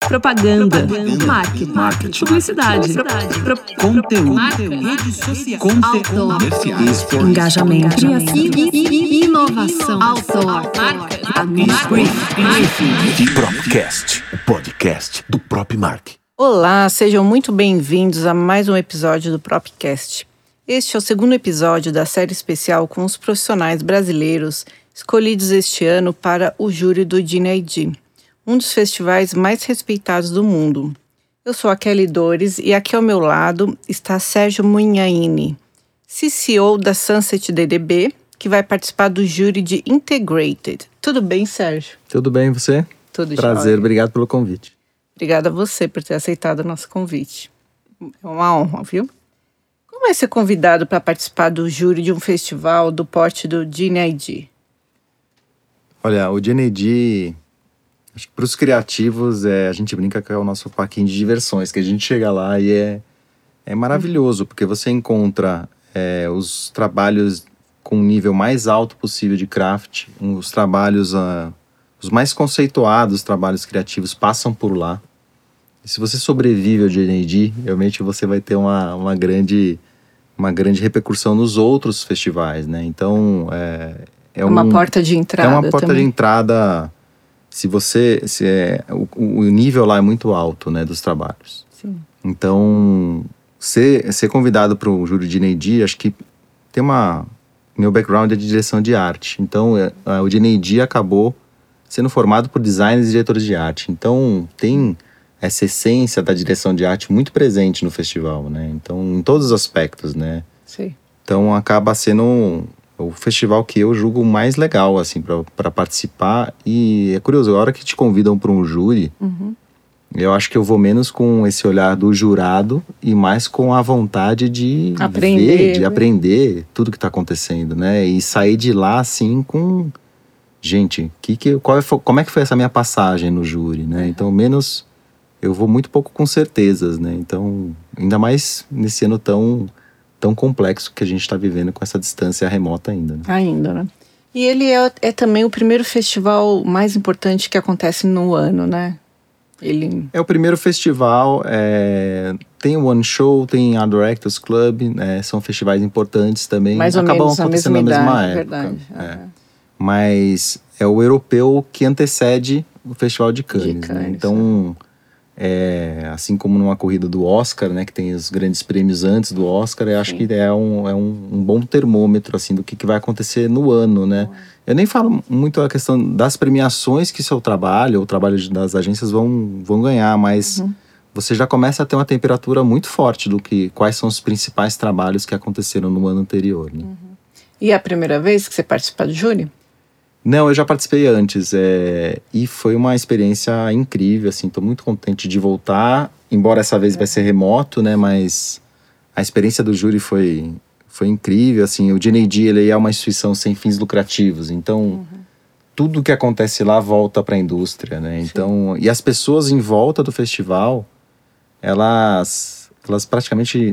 Propaganda. Marketing. Publicidade. Conteúdo. Rede social. Comerciais. Engajamento. Inovação. Outdoor. Propcast, o podcast do PropMark. Olá, sejam muito bem-vindos a mais um episódio do Propcast. Este é o segundo episódio da série especial com os profissionais brasileiros escolhidos este ano para o júri do DNID, um dos festivais mais respeitados do mundo. Eu sou a Kelly Dores e aqui ao meu lado está Sérgio Munhaine, CCO da Sunset DDB, que vai participar do júri de Integrated. Tudo bem, Sérgio? Tudo bem, você? Tudo Prazer, jóia. obrigado pelo convite. Obrigada a você por ter aceitado o nosso convite. É uma honra, viu? Como é ser convidado para participar do júri de um festival do porte do DNID? Olha, o DNID, acho que para os criativos, a gente brinca que é o nosso parquinho de diversões, que a gente chega lá e é maravilhoso, porque você encontra os trabalhos com o nível mais alto possível de craft, os trabalhos, os mais conceituados trabalhos criativos passam por lá. E se você sobrevive ao DNID, realmente você vai ter uma grande repercussão nos outros festivais, né? Então, é uma porta de entrada. É uma porta também. de entrada. O nível lá é muito alto, né, dos trabalhos. Sim. Então, ser convidado para o júri de DNID, acho que tem meu background é de direção de arte. Então, o DNID acabou sendo formado por designers e diretores de arte. Então, tem essa essência da direção de arte muito presente no festival, né? Então, em todos os aspectos, né? Sim. Então, acaba sendo o festival que eu julgo mais legal, assim, para participar. E é curioso, a hora que te convidam para um júri, eu acho que eu vou menos com esse olhar do jurado e mais com a vontade de ver, de aprender tudo que está acontecendo, né? E sair de lá, assim, com... Gente, como é que foi essa minha passagem no júri, né? Então, menos... Eu vou muito pouco com certezas, né? Então, ainda mais nesse ano tão complexo que a gente está vivendo com essa distância remota ainda. Né? Ainda, né? E ele é também o primeiro festival mais importante que acontece no ano, né? É o primeiro festival, tem o One Show, tem a Directors Club, são festivais importantes também. Mais ou acabam menos acontecendo na mesma época. Verdade. Mas é o europeu que antecede o Festival de Cannes. Né? Então, assim como numa corrida do Oscar, né, que tem os grandes prêmios antes do Oscar, eu acho que é um bom termômetro assim, do que vai acontecer no ano, né? Eu nem falo muito a questão das premiações que seu trabalho, ou o trabalho das agências vão ganhar, mas você já começa a ter uma temperatura muito forte quais são os principais trabalhos que aconteceram no ano anterior. Né? E é a primeira vez que você participa do júri? Não, eu já participei antes, e foi uma experiência incrível, assim, tô muito contente de voltar, embora essa vez vai ser remoto, né, mas a experiência do júri foi incrível, assim, o DNID, ele é uma instituição sem fins lucrativos, então tudo que acontece lá volta para a indústria, né, então, e as pessoas em volta do festival, elas praticamente,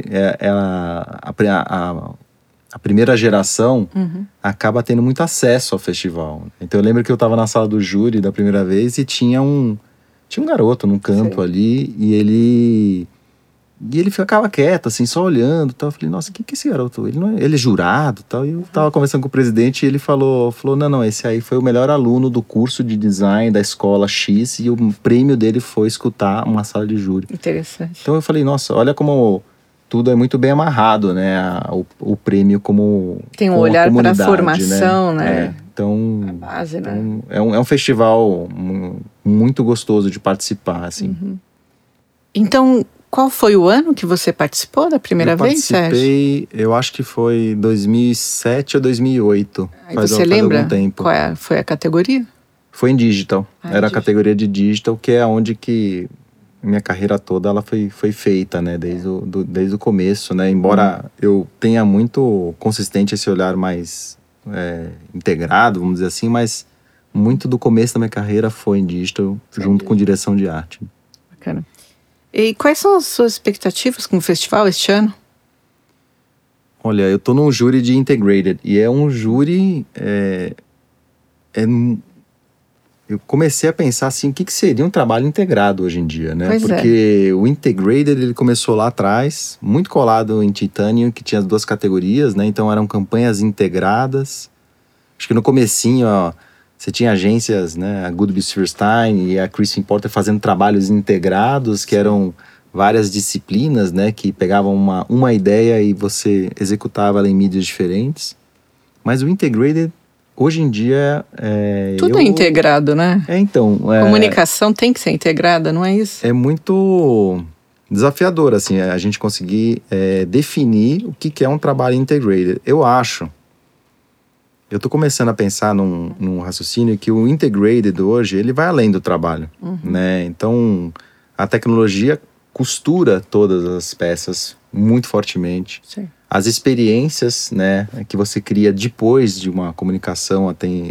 a primeira geração acaba tendo muito acesso ao festival. Então eu lembro que eu estava na sala do júri da primeira vez e tinha um garoto num canto ali e ele ficava quieto, assim, só olhando e tal. Eu falei, nossa, quem que é esse garoto? Ele é jurado e tal. E eu tava conversando com o presidente e ele falou, não, esse aí foi o melhor aluno do curso de design da escola X e o prêmio dele foi escutar uma sala de júri. Interessante. Então eu falei, nossa, olha como... tudo é muito bem amarrado, né? O prêmio como tem um olhar para a formação, né? Então, a base, né? É um festival muito gostoso de participar, assim. Então, qual foi o ano que você participou da primeira vez, Sérgio? Eu acho que foi 2007 ou 2008. Você lembra algum tempo. Qual foi a categoria? Foi em Digital. Era a categoria de Digital, que é onde que... minha carreira toda ela foi feita, né, desde o começo, né, embora eu tenha muito consistente esse olhar mais integrado, vamos dizer assim, mas muito do começo da minha carreira foi em digital, junto com direção de arte. Bacana. E quais são as suas expectativas com o festival este ano? Olha, eu tô num júri de Integrated, e é um júri eu comecei a pensar assim, o que seria um trabalho integrado hoje em dia, né? Pois Porque o Integrated, ele começou lá atrás, muito colado em Titanium, que tinha as 2 categorias, né? Então eram campanhas integradas. Acho que no comecinho, ó, você tinha agências, né? A Goodby Silverstein e a Christian Porter fazendo trabalhos integrados, que eram várias disciplinas, né? Que pegavam uma ideia e você executava ela em mídias diferentes. Mas o Integrated, hoje em dia... Tudo é integrado, né? Então... Comunicação tem que ser integrada, não é isso? É muito desafiador, assim, a gente conseguir definir o que é um trabalho integrated. Eu tô começando a pensar num raciocínio que o integrated hoje, ele vai além do trabalho, né? Então, a tecnologia costura todas as peças muito fortemente. Sim. As experiências, né, que você cria depois de uma comunicação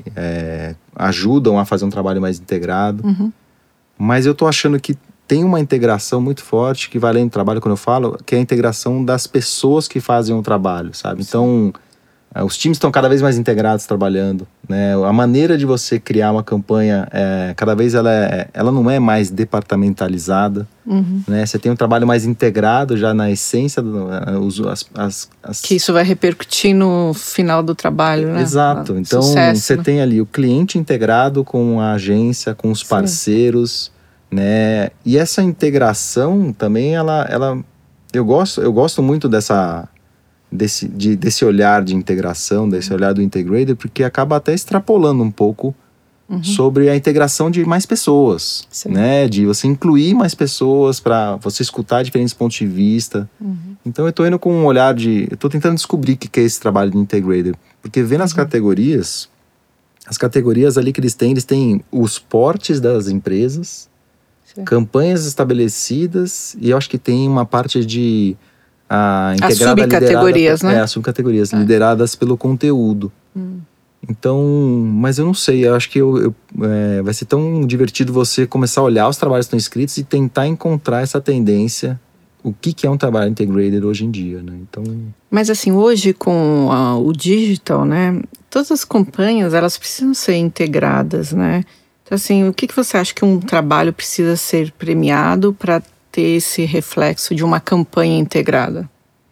ajudam a fazer um trabalho mais integrado. Mas eu tô achando que tem uma integração muito forte que vai além do trabalho, quando eu falo, que é a integração das pessoas que fazem o trabalho, sabe? Sim. Então, os times estão cada vez mais integrados trabalhando, né? A maneira de você criar uma campanha, cada vez ela não é mais departamentalizada, né? Você tem um trabalho mais integrado já na essência, que isso vai repercutir no final do trabalho, né? Exato. Então, sucesso, você né? tem ali o cliente integrado com a agência, com os parceiros, né? E essa integração também, eu gosto muito desse olhar de integração, desse olhar do integrated, porque acaba até extrapolando um pouco sobre a integração de mais pessoas, né? De você incluir mais pessoas para você escutar diferentes pontos de vista. Então eu tô indo com um olhar eu tô tentando descobrir o que é esse trabalho de integrated, porque vendo as categorias ali que eles têm os portes das empresas, campanhas estabelecidas, e eu acho que tem uma parte de as subcategorias, né? As subcategorias, lideradas pelo conteúdo. Então, mas eu não sei, eu acho que vai ser tão divertido você começar a olhar os trabalhos que estão escritos e tentar encontrar essa tendência, o que é um trabalho integrated hoje em dia, né? Então... Mas assim, hoje com o digital, né? Todas as campanhas, elas precisam ser integradas, né? Então assim, o que você acha que um trabalho precisa ser premiado para ter esse reflexo de uma campanha integrada?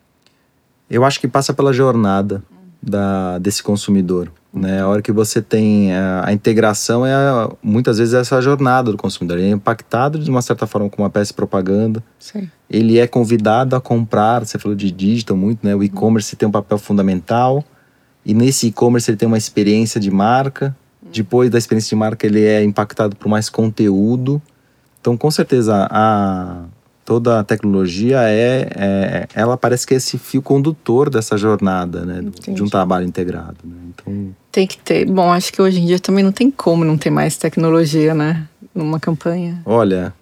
Eu acho que passa pela jornada desse consumidor, né? A hora que você tem a integração, muitas vezes essa jornada do consumidor. Ele é impactado de uma certa forma com uma peça de propaganda. Sim. Ele é convidado a comprar, você falou de digital muito, né? O e-commerce tem um papel fundamental, e nesse e-commerce ele tem uma experiência de marca. Depois da experiência de marca ele é impactado por mais conteúdo. Então, com certeza, toda a tecnologia ela parece que é esse fio condutor dessa jornada, né? De um trabalho integrado, né? Então... Tem que ter. Bom, acho que hoje em dia também não tem como não ter mais tecnologia, né? Numa campanha. Olha,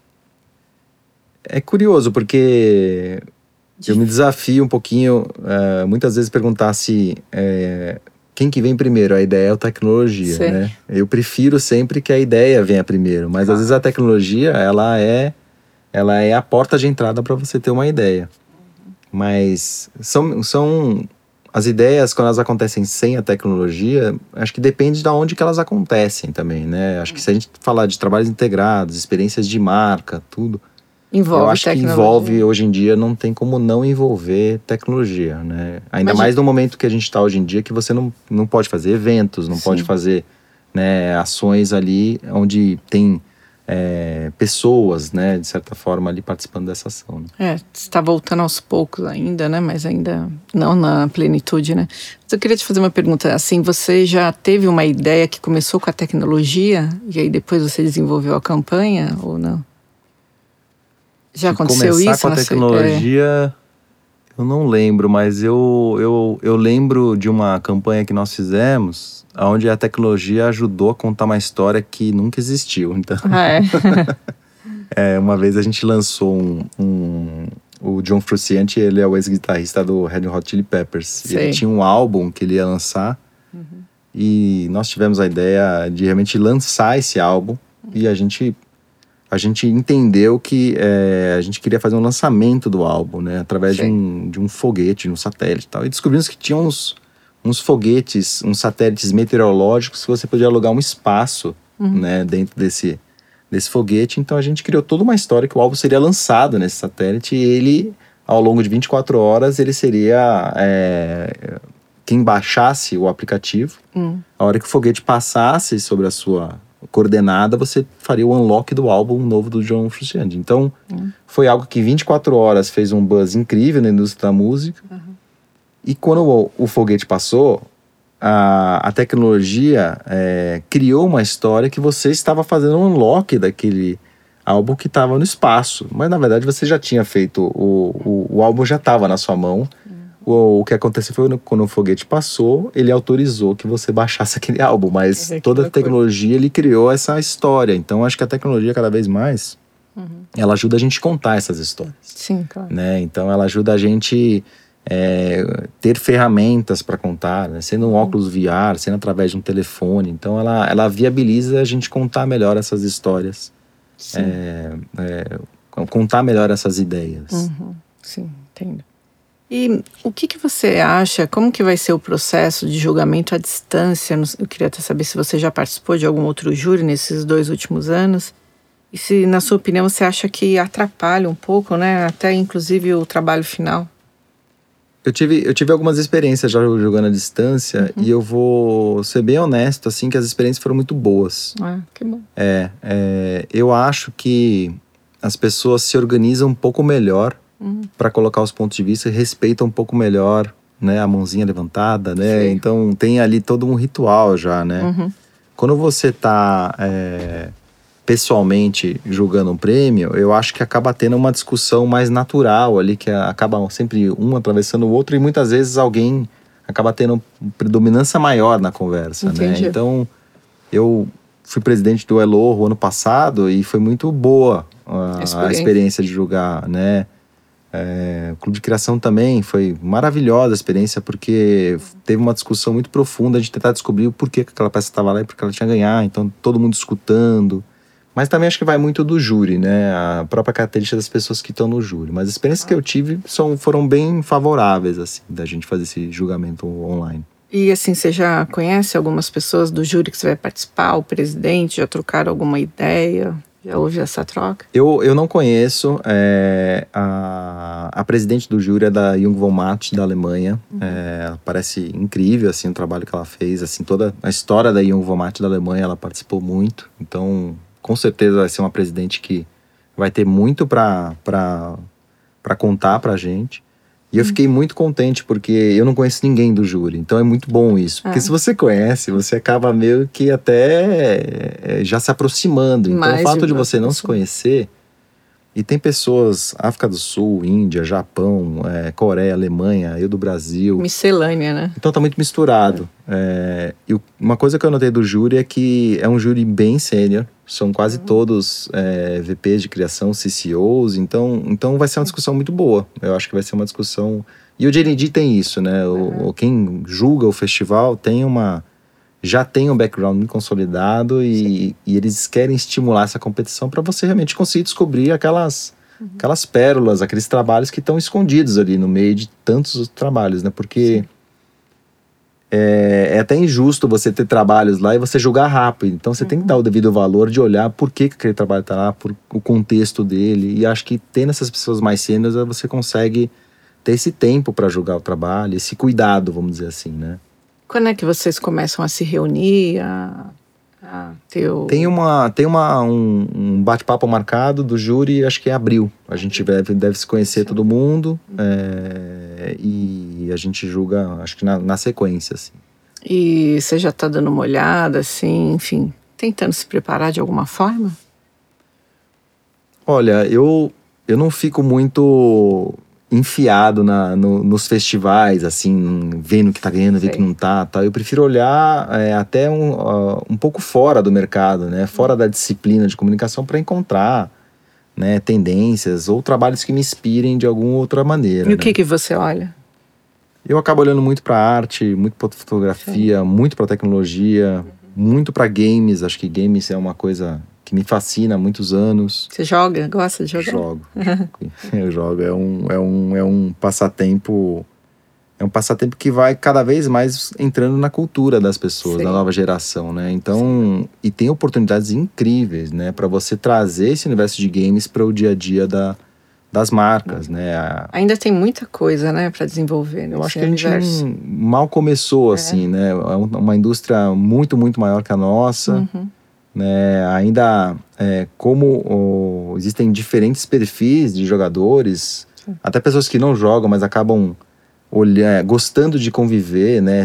é curioso, porque eu me desafio um pouquinho, muitas vezes perguntar se... quem que vem primeiro, a ideia ou a tecnologia, né? Eu prefiro sempre que a ideia venha primeiro, mas às vezes a tecnologia, ela é a porta de entrada para você ter uma ideia. Mas são as ideias, quando elas acontecem sem a tecnologia, acho que depende de onde que elas acontecem também, né? Acho que se a gente falar de trabalhos integrados, experiências de marca, tudo... Envolve eu acho que envolve, hoje em dia, não tem como não envolver tecnologia, né? Ainda mais no momento que a gente está hoje em dia, que você não pode fazer eventos, não pode fazer, né, ações ali onde tem pessoas, né, de certa forma, ali participando dessa ação. Né? Está voltando aos poucos ainda, né? Mas ainda não na plenitude, né? Mas eu queria te fazer uma pergunta. Assim, você já teve uma ideia que começou com a tecnologia e aí depois você desenvolveu a campanha ou não? Já aconteceu isso? Começar com a tecnologia, eu não lembro, mas eu lembro de uma campanha que nós fizemos, onde a tecnologia ajudou a contar uma história que nunca existiu. Então, uma vez a gente lançou o John Frusciante, ele é o ex-guitarrista do Red Hot Chili Peppers. E ele tinha um álbum que ele ia lançar, e nós tivemos a ideia de realmente lançar esse álbum, e a gente entendeu que a gente queria fazer um lançamento do álbum, né? Através de um foguete, de um satélite e tal. E descobrimos que tinha uns foguetes, uns satélites meteorológicos que você podia alugar um espaço né, dentro desse foguete. Então a gente criou toda uma história que o álbum seria lançado nesse satélite e ele, ao longo de 24 horas, ele seria quem baixasse o aplicativo. A hora que o foguete passasse sobre a sua coordenada, você faria o unlock do álbum novo do John Frusciante. Então, foi algo que 24 horas fez um buzz incrível na indústria da música. E quando o foguete passou, a tecnologia criou uma história que você estava fazendo um unlock daquele álbum que estava no espaço. Mas, na verdade, você já tinha feito, o álbum já estava na sua mão. O que aconteceu foi quando o foguete passou, ele autorizou que você baixasse aquele álbum, mas toda a tecnologia ele criou essa história. Então acho que a tecnologia cada vez mais ela ajuda a gente a contar essas histórias. Sim, claro. Né? Então ela ajuda a gente ter ferramentas para contar, né? Sendo um óculos VR, sendo através de um telefone. Então ela viabiliza a gente contar melhor essas histórias, contar melhor essas ideias. Sim, entendo. E o que você acha, como que vai ser o processo de julgamento à distância? Eu queria até saber se você já participou de algum outro júri nesses 2 últimos anos. E se, na sua opinião, você acha que atrapalha um pouco, né? Até, inclusive, o trabalho final. Eu tive algumas experiências já jogando à distância e eu vou ser bem honesto, assim, que as experiências foram muito boas. Ah, que bom. Eu acho que as pessoas se organizam um pouco melhor para colocar os pontos de vista e respeitam um pouco melhor, né, a mãozinha levantada, né? Sim. Então tem ali todo um ritual já, né? Quando você tá pessoalmente julgando um prêmio, eu acho que acaba tendo uma discussão mais natural ali, que acaba sempre um atravessando o outro e muitas vezes alguém acaba tendo predominância maior na conversa. Entendi. Né? Então eu fui presidente do Elo ano passado e foi muito boa a experiência de julgar, né? O Clube de Criação também foi maravilhosa a experiência, porque teve uma discussão muito profunda de tentar descobrir o porquê que aquela peça estava lá e porque ela tinha que ganhar, então todo mundo escutando. Mas também acho que vai muito do júri, né? A própria característica das pessoas que estão no júri. Mas as experiências que eu tive foram bem favoráveis, assim, da gente fazer esse julgamento online. E assim, você já conhece algumas pessoas do júri que você vai participar? O presidente, já trocaram alguma ideia? Já houve essa troca? Eu não conheço. A presidente do júri é da Jung von Matt, da Alemanha. Parece incrível, assim, o trabalho que ela fez. Assim, toda a história da Jung von Matt da Alemanha, ela participou muito. Então, com certeza vai ser uma presidente que vai ter muito para contar pra gente. E eu fiquei muito contente, porque eu não conheço ninguém do júri. Então é muito bom isso. Porque se você conhece, você acaba meio que até já se aproximando. Então o fato de você não se conhecer... E tem pessoas, África do Sul, Índia, Japão, Coreia, Alemanha, eu do Brasil. Miscelânea, né? Então tá muito misturado. E uma coisa que eu notei do júri é que é um júri bem sênior. São quase todos VPs de criação, CCOs. Então vai ser uma discussão muito boa. Eu acho que vai ser uma discussão... E o JND tem isso, né? Quem julga o festival já tem um background muito consolidado e eles querem estimular essa competição para você realmente conseguir descobrir aquelas pérolas, aqueles trabalhos que estão escondidos ali no meio de tantos outros trabalhos, né? Porque é até injusto você ter trabalhos lá e você julgar rápido. Então você tem que dar o devido valor de olhar por que aquele trabalho está lá, por o contexto dele. E acho que tendo essas pessoas mais sêniores, você consegue ter esse tempo para julgar o trabalho, esse cuidado, vamos dizer assim, né? Quando é que vocês começam a se reunir, Tem um bate-papo marcado do júri, acho que é abril. A gente deve se conhecer todo mundo e a gente julga, acho que na sequência, assim. E você já está dando uma olhada, assim, enfim, tentando se preparar de alguma forma? Olha, eu não fico muito enfiado nos festivais, assim, vendo o que tá ganhando, vendo o que não tá. Eu prefiro olhar até um pouco fora do mercado, né? Fora da disciplina de comunicação para encontrar, né, tendências ou trabalhos que me inspirem de alguma outra maneira. E o que você olha? Eu acabo olhando muito para arte, muito para fotografia, muito para tecnologia, muito para games. Acho que games é uma coisa que me fascina há muitos anos. Você joga? Gosta de jogar? Jogo. Eu jogo. É um passatempo um passatempo que vai cada vez mais entrando na cultura das pessoas, Sim. da nova geração, né? Então, e tem oportunidades incríveis, né? Para você trazer esse universo de games para o dia a dia das marcas, né? Ainda tem muita coisa, né, para desenvolver nesse Eu acho que a gente universo. mal começou, assim, né? É uma indústria muito, muito maior que a nossa, né? Ainda, existem diferentes perfis de jogadores, até pessoas que não jogam, mas acabam gostando de conviver, né?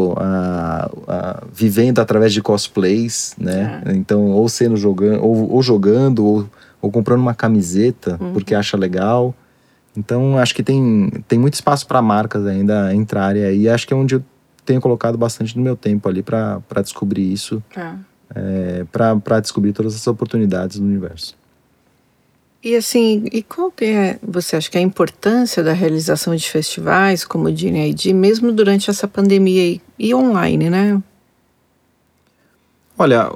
Vivendo através de cosplays, né? Então, ou jogando, ou comprando uma camiseta porque acha legal. Então, acho que tem muito espaço para marcas ainda entrarem aí. E acho que é onde eu tenho colocado bastante do meu tempo ali para descobrir isso, para descobrir todas as oportunidades do universo. E assim, qual que você acha que é a importância da realização de festivais como o Genie ID, mesmo durante essa pandemia e online, né? Olha,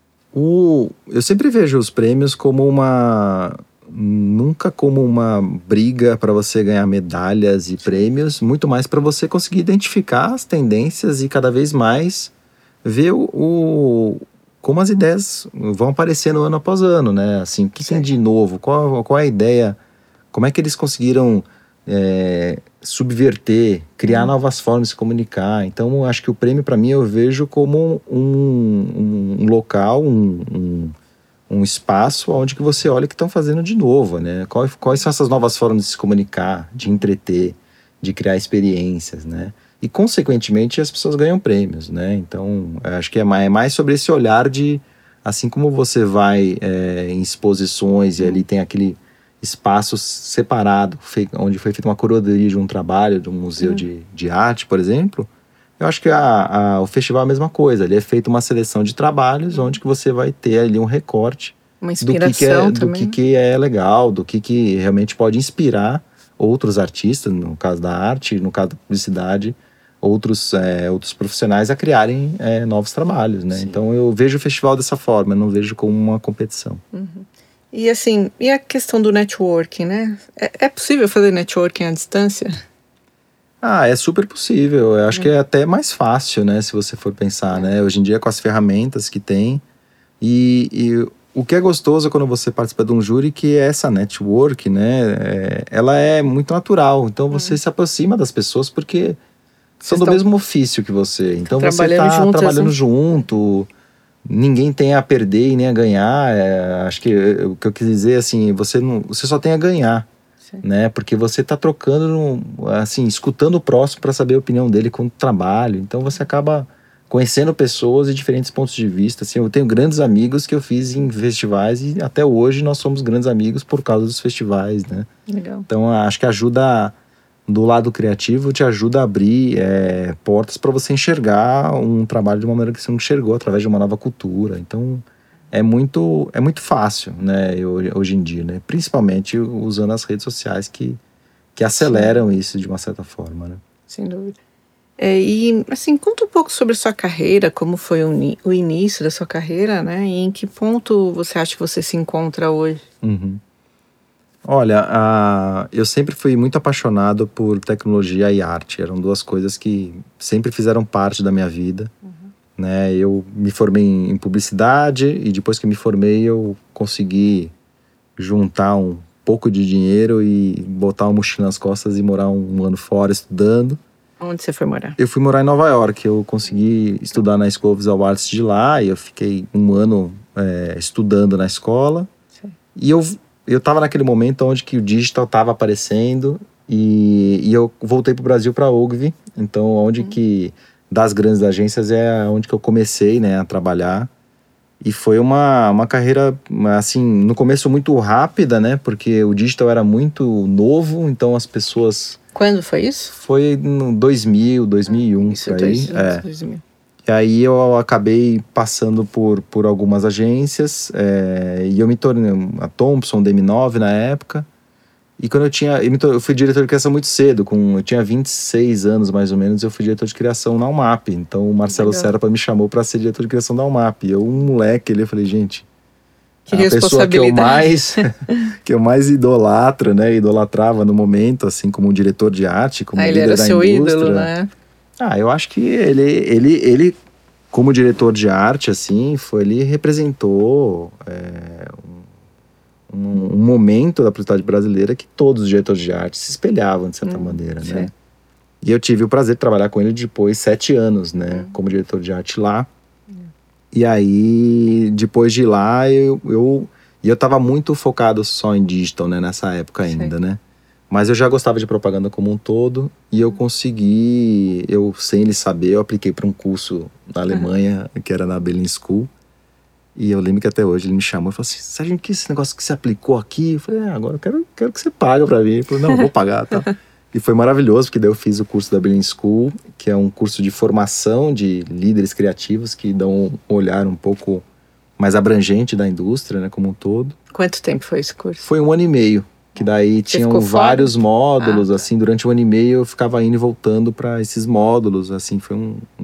eu sempre vejo os prêmios como nunca como uma briga para você ganhar medalhas e prêmios, muito mais para você conseguir identificar as tendências e cada vez mais ver como as ideias vão aparecendo ano após ano, né? Assim, o que tem de novo? Qual é a ideia? Como é que eles conseguiram subverter, criar novas formas de se comunicar? Então, acho que o prêmio, para mim, eu vejo como um local, um espaço onde que você olha o que estão fazendo de novo, né? Quais são essas novas formas de se comunicar, de entreter, de criar experiências, né? E, consequentemente, as pessoas ganham prêmios, né? Então, acho que é mais sobre esse olhar de... Assim como você vai em exposições e ali tem aquele espaço separado, onde foi feita uma curadoria de um trabalho, de um museu de arte, por exemplo, eu acho que o festival é a mesma coisa. Ali é feita uma seleção de trabalhos onde que você vai ter ali um recorte uma inspiração do que é legal, do que realmente pode inspirar outros artistas, no caso da arte, no caso da publicidade, outros profissionais a criarem novos trabalhos, né? Sim. Então eu vejo o festival dessa forma, eu não vejo como uma competição. E assim, e a questão do networking, né? É possível fazer networking à distância? É super possível. Eu acho que é até mais fácil, né? Se você for pensar, né? Hoje em dia com as ferramentas que tem. E o que é gostoso quando você participa de um júri, que é essa network, né? Ela é muito natural. Então você se aproxima das pessoas porque são do mesmo ofício que você. Então você está trabalhando junto, ninguém tem a perder e nem a ganhar. Acho que o que eu quis dizer, assim, você só tem a ganhar, né? Porque você está trocando, assim, escutando o próximo para saber a opinião dele com o trabalho. Então você acaba conhecendo pessoas de diferentes pontos de vista. Assim, eu tenho grandes amigos que eu fiz em festivais e até hoje nós somos grandes amigos por causa dos festivais, né? Legal. Então acho que ajuda... do lado criativo, te ajuda a abrir portas para você enxergar um trabalho de uma maneira que você não enxergou, através de uma nova cultura. Então, é muito fácil, né, hoje em dia, né? Principalmente usando as redes sociais que aceleram isso de uma certa forma, né? Sem dúvida. E, assim, conta um pouco sobre a sua carreira, como foi o início da sua carreira, né? E em que ponto você acha que você se encontra hoje? Olha, eu sempre fui muito apaixonado por tecnologia e arte. Eram duas coisas que sempre fizeram parte da minha vida, né? Eu me formei em publicidade e depois que me formei eu consegui juntar um pouco de dinheiro e botar uma mochila nas costas e morar um ano fora estudando. Onde você foi morar? Eu fui morar em Nova York. Eu consegui estudar na School of Visual Arts de lá e eu fiquei um ano estudando na escola. Sim. E eu estava naquele momento onde que o digital estava aparecendo e eu voltei para o Brasil para a Ogilvy. Então, onde que das grandes agências é onde que eu comecei, né, a trabalhar. E foi uma carreira, assim, no começo muito rápida, né, porque o digital era muito novo, então as pessoas... Quando foi isso? Foi no 2000, 2001, isso, por aí. 2000. E aí eu acabei passando por algumas agências e eu me tornei a Thompson, DM9 na época. E quando eu fui diretor de criação muito cedo, eu tinha 26 anos mais ou menos, eu fui diretor de criação na UMAP. Então o Marcelo Serpa me chamou para ser diretor de criação da UMAP. E eu, um moleque ali, eu falei, gente, Que a pessoa que eu mais idolatro, né? Idolatrava no momento, assim, como um diretor de arte, como ele líder era da seu indústria. ídolo, né? Eu acho que ele como diretor de arte, assim, ele representou um momento da publicidade brasileira que todos os diretores de arte se espelhavam, de certa maneira, né? E eu tive o prazer de trabalhar com ele depois 7 anos, né? Como diretor de arte lá. E aí, depois de lá, eu tava muito focado só em digital, né? Nessa época ainda, né? Mas eu já gostava de propaganda como um todo. E eu consegui, sem ele saber, eu apliquei para um curso na Alemanha, que era na Berlin School. E eu lembro que até hoje ele me chamou e falou assim: Sargento, que esse negócio que você aplicou aqui? Eu falei, agora eu quero que você pague para mim. Ele falou, não, vou pagar, tá? E foi maravilhoso, porque daí eu fiz o curso da Berlin School, que é um curso de formação de líderes criativos que dão um olhar um pouco mais abrangente da indústria, né, como um todo. Quanto tempo foi esse curso? Foi 1 ano e meio, que daí tinham vários módulos, assim, durante 1 ano e meio eu ficava indo e voltando para esses módulos, assim, foi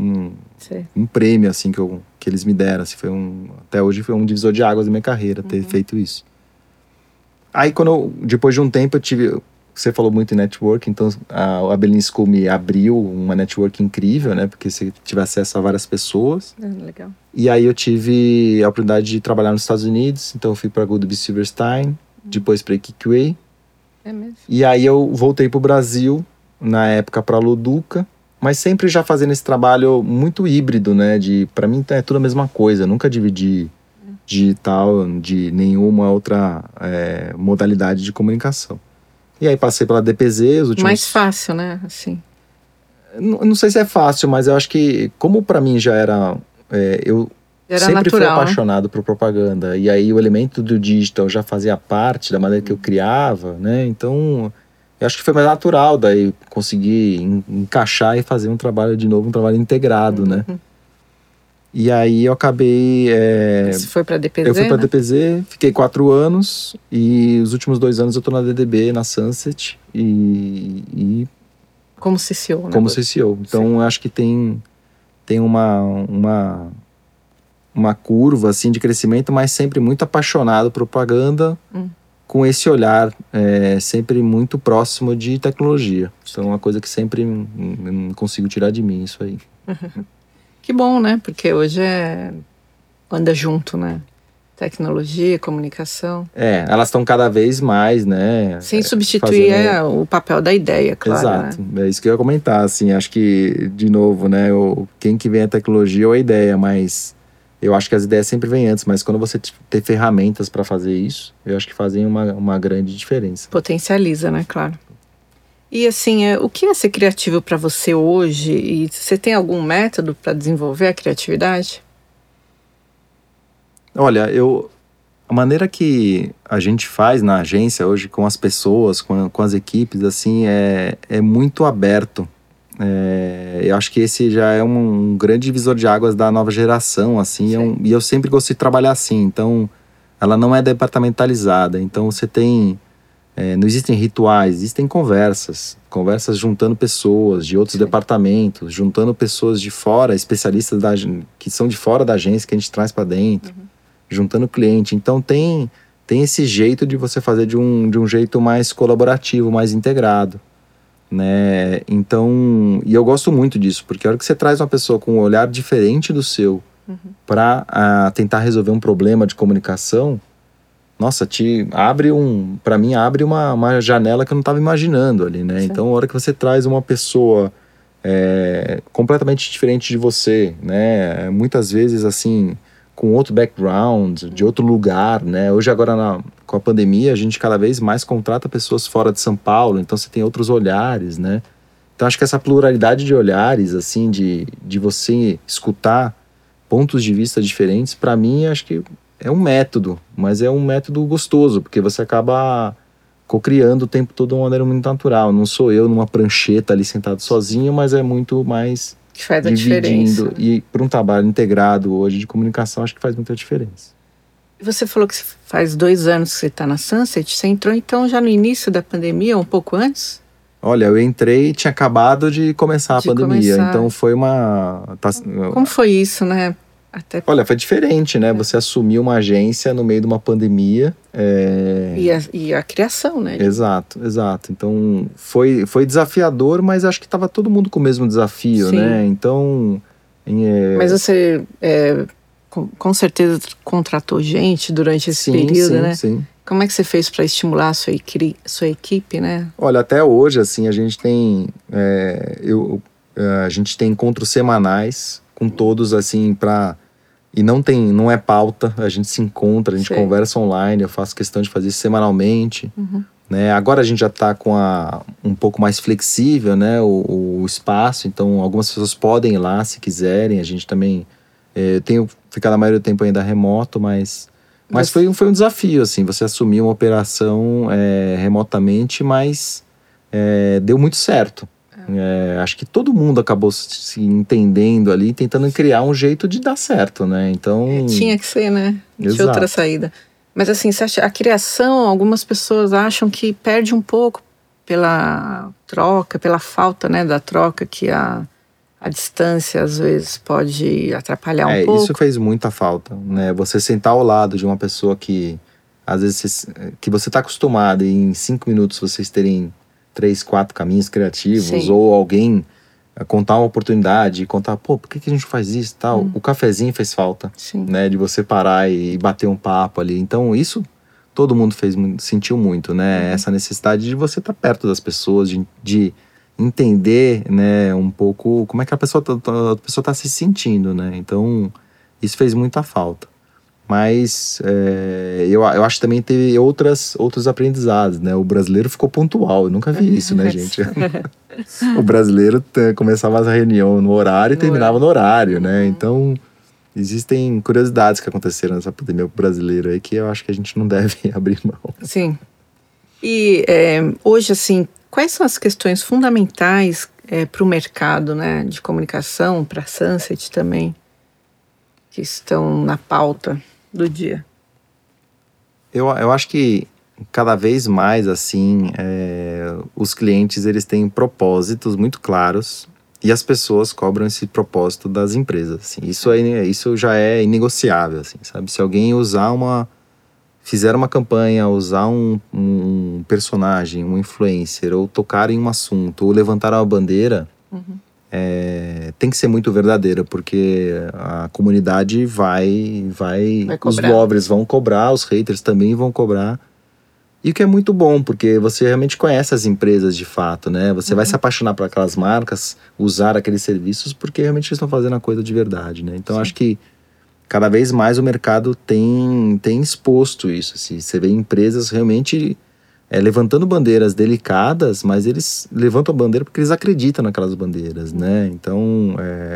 um prêmio, assim, que eles me deram, assim, até hoje foi um divisor de águas da minha carreira, ter feito isso. Aí, depois de um tempo, você falou muito em network, então a Berlin School me abriu uma network incrível, né? Porque você tive acesso a várias pessoas. Legal. E aí eu tive a oportunidade de trabalhar nos Estados Unidos, então eu fui para Goodby Silverstein, depois para Kikway. É mesmo? E aí eu voltei para o Brasil, na época para Loduca, mas sempre já fazendo esse trabalho muito híbrido, né? Para mim é tudo a mesma coisa, eu nunca dividi digital de nenhuma outra modalidade de comunicação. E aí passei pela DPZ, os últimos... Mais fácil, né? Assim. Não sei se é fácil, mas eu acho que, como pra mim já era... eu sempre natural, fui apaixonado por propaganda. E aí o elemento do digital já fazia parte da maneira que eu criava, né? Então, eu acho que foi mais natural daí conseguir encaixar e fazer um trabalho integrado, né? E aí eu acabei... Você foi para a DPZ, Eu fui para a né? DPZ, fiquei 4 anos e os últimos 2 anos eu tô na DDB, na Sunset e como CCO, né? Como CCO. Então eu acho que tem uma curva assim de crescimento, mas sempre muito apaixonado por propaganda, com esse olhar sempre muito próximo de tecnologia. Então é uma coisa que sempre não consigo tirar de mim, isso aí. Que bom, né? Porque hoje anda junto, né? Tecnologia, comunicação. Elas estão cada vez mais, né? Sem substituir o papel da ideia, claro. Exato, né? É isso que eu ia comentar, assim, acho que, de novo, né? Quem que vem a tecnologia ou a ideia, mas eu acho que as ideias sempre vêm antes, mas quando você ter ferramentas para fazer isso, eu acho que fazem uma grande diferença. Potencializa, né? Claro. E assim, o que é ser criativo para você hoje? E você tem algum método para desenvolver a criatividade? Olha, a maneira que a gente faz na agência hoje com as pessoas, com as equipes, assim, é muito aberto. Eu acho que esse já é um grande divisor de águas da nova geração, assim, e eu sempre gostei de trabalhar assim. Então, ela não é departamentalizada. Então, você tem... não existem rituais, existem conversas juntando pessoas de outros departamentos, juntando pessoas de fora, especialistas que são de fora da agência, que a gente traz para dentro, juntando cliente. Então tem esse jeito de você fazer de um jeito mais colaborativo, mais integrado, né? Então, e eu gosto muito disso, porque a hora que você traz uma pessoa com um olhar diferente do seu para tentar resolver um problema de comunicação, nossa, para mim abre uma janela que eu não estava imaginando ali, né? Sim. Então, a hora que você traz uma pessoa completamente diferente de você, né? Muitas vezes, assim, com outro background, de outro lugar, né? Hoje, agora, com a pandemia, a gente cada vez mais contrata pessoas fora de São Paulo, então você tem outros olhares, né? Então, acho que essa pluralidade de olhares, assim, de você escutar pontos de vista diferentes, para mim, acho que é um método, mas é um método gostoso, porque você acaba cocriando o tempo todo de uma maneira muito natural. Não sou eu numa prancheta ali sentado sozinho, mas é muito mais que faz a dividindo. diferença. E para um trabalho integrado hoje de comunicação, acho que faz muita diferença. Você falou que faz 2 anos que você está na Sunset. Você entrou então já no início da pandemia, um pouco antes? Olha, eu entrei e tinha acabado de começar a pandemia. Então foi Como foi isso, né? Até... Olha, foi diferente, né? Você assumiu uma agência no meio de uma pandemia. E a criação, né? Exato. Então, foi desafiador, mas acho que estava todo mundo com o mesmo desafio, Sim. né? Então... Mas você, com certeza, contratou gente durante esse período, né? Sim. Como é que você fez para estimular a sua equipe, né? Olha, até hoje, assim, a gente tem... a gente tem encontros semanais com todos, assim, e não é pauta, a gente se encontra, a gente conversa online, eu faço questão de fazer isso semanalmente, né? Agora a gente já está com um pouco mais flexível, né, o espaço, então algumas pessoas podem ir lá se quiserem, a gente também, tenho ficado a maioria do tempo ainda remoto, mas foi um desafio, assim, você assumir uma operação remotamente, mas deu muito certo. Acho que todo mundo acabou se entendendo ali, tentando criar um jeito de dar certo, né? Então... tinha que ser, né? Não tinha outra saída. Mas assim, você acha, a criação, algumas pessoas acham que perde um pouco pela troca, pela falta, né, da troca, que a distância às vezes pode atrapalhar um pouco. Isso fez muita falta, né? Você sentar ao lado de uma pessoa que, às vezes, que você está acostumado e em 5 minutos vocês terem 3, 4 caminhos criativos, Sim. ou alguém contar uma oportunidade, contar, por que a gente faz isso e tal. O cafezinho fez falta, Sim. né? De você parar e bater um papo ali. Então, isso todo mundo sentiu muito, né? Essa necessidade de você estar perto das pessoas, de entender, né, um pouco como é que a pessoa tá se sentindo, né? Então, isso fez muita falta. Mas eu acho que também teve outros aprendizados, né? O brasileiro ficou pontual, eu nunca vi isso, né, gente? O brasileiro começava a reunião no horário e terminava no horário, né? Então, existem curiosidades que aconteceram nessa pandemia brasileira aí que eu acho que a gente não deve abrir mão. Sim. E hoje, assim, quais são as questões fundamentais para o mercado, né, de comunicação, para a Sunset também, que estão na pauta do dia? Eu acho que cada vez mais, assim, os clientes, eles têm propósitos muito claros e as pessoas cobram esse propósito das empresas, assim. Isso já é inegociável, assim, sabe? Se alguém fizer uma campanha, usar um personagem, um influencer, ou tocar em um assunto, ou levantar uma bandeira, tem que ser muito verdadeira, porque a comunidade vai os lovers vão cobrar, os haters também vão cobrar. E o que é muito bom, porque você realmente conhece as empresas de fato, né? Você vai se apaixonar por aquelas marcas, usar aqueles serviços, porque realmente eles estão fazendo a coisa de verdade, né? Então, acho que cada vez mais o mercado tem exposto isso, assim. Você vê empresas realmente levantando bandeiras delicadas, mas eles levantam a bandeira porque eles acreditam naquelas bandeiras, né? Então,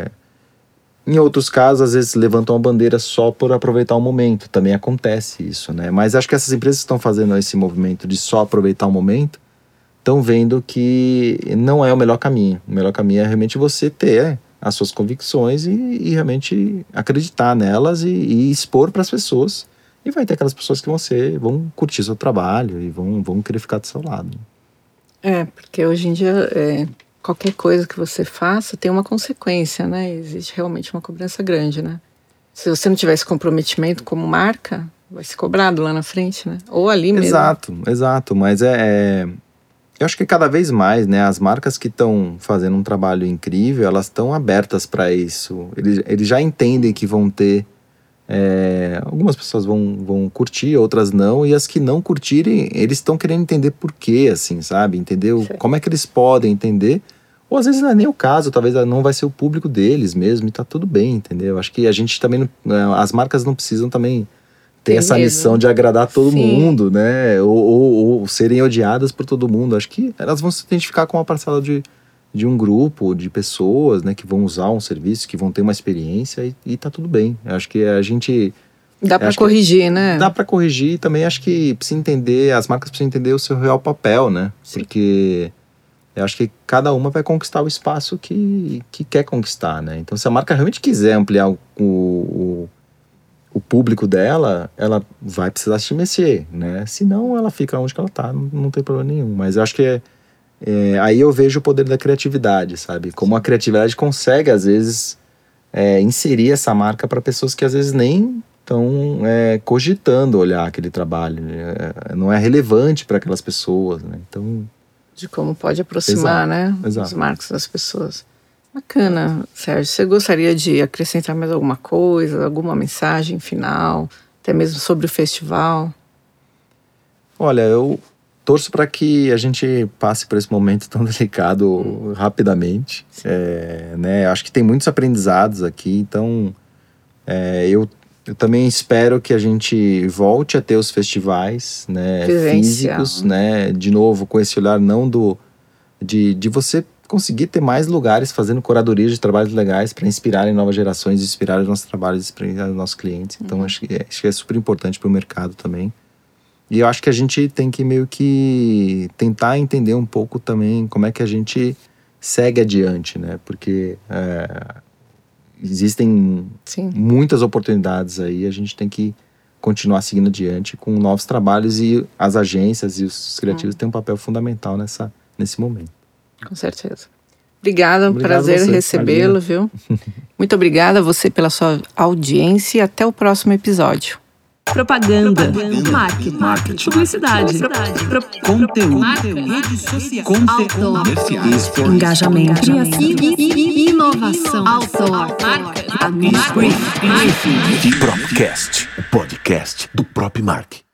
em outros casos, às vezes levantam a bandeira só por aproveitar o momento. Também acontece isso, né? Mas acho que essas empresas que estão fazendo esse movimento de só aproveitar o momento estão vendo que não é o melhor caminho. O melhor caminho é realmente você ter as suas convicções e realmente acreditar nelas e expor para as pessoas. E vai ter aquelas pessoas que vão curtir seu trabalho e vão querer ficar do seu lado. Porque hoje em dia qualquer coisa que você faça tem uma consequência, né? Existe realmente uma cobrança grande, né? Se você não tiver esse comprometimento como marca, vai ser cobrado lá na frente, né? Ou ali mesmo. Exato. Mas eu acho que cada vez mais, né? As marcas que estão fazendo um trabalho incrível, elas estão abertas para isso. Eles já entendem que vão ter... algumas pessoas vão curtir, outras não. E as que não curtirem, eles estão querendo entender por quê, assim, sabe? Entender como é que eles podem entender. Ou às vezes não é nem o caso, talvez não vai ser o público deles mesmo. E tá tudo bem, entendeu? Acho que a gente também... as marcas não precisam também ter essa missão de agradar todo mundo, né? Ou serem odiadas por todo mundo. Acho que elas vão se identificar com uma parcela de um grupo de pessoas, né, que vão usar um serviço, que vão ter uma experiência e tá tudo bem. Acho que a gente... Dá para corrigir, né? Dá para corrigir e também acho que precisa entender, as marcas precisam entender o seu real papel, né? Sim. Porque eu acho que cada uma vai conquistar o espaço que quer conquistar, né? Então, se a marca realmente quiser ampliar o público dela, ela vai precisar se mexer, né? Senão, ela fica onde que ela tá, não tem problema nenhum. Mas eu acho que aí eu vejo o poder da criatividade, sabe? Como a criatividade consegue, às vezes, inserir essa marca para pessoas que às vezes nem estão cogitando olhar aquele trabalho. Não é relevante para aquelas pessoas, né? Então, de como pode aproximar, né? As marcas das pessoas. Bacana, Sérgio. Você gostaria de acrescentar mais alguma coisa, alguma mensagem final, até mesmo sobre o festival? Olha, eu torço para que a gente passe por esse momento tão delicado rapidamente. Né? Acho que tem muitos aprendizados aqui, então eu também espero que a gente volte a ter os festivais, né, físicos, né, de novo, com esse olhar não de você conseguir ter mais lugares fazendo curadoria de trabalhos legais para inspirarem novas gerações, inspirar os nossos trabalhos, inspirar os nossos clientes. Então, acho que é super importante para o mercado também. E eu acho que a gente tem que meio que tentar entender um pouco também como é que a gente segue adiante, né? Porque existem muitas oportunidades aí, a gente tem que continuar seguindo adiante com novos trabalhos e as agências e os criativos têm um papel fundamental nesse momento. Com certeza. Obrigada, um prazer recebê-lo, viu? Muito obrigada a você pela sua audiência e até o próximo episódio. Propaganda. Marketing. Publicidade. Conteúdo. Rede social. Conteúdo. Engajamento. Inovação. Outdoor. Propcast, o podcast do Propmark.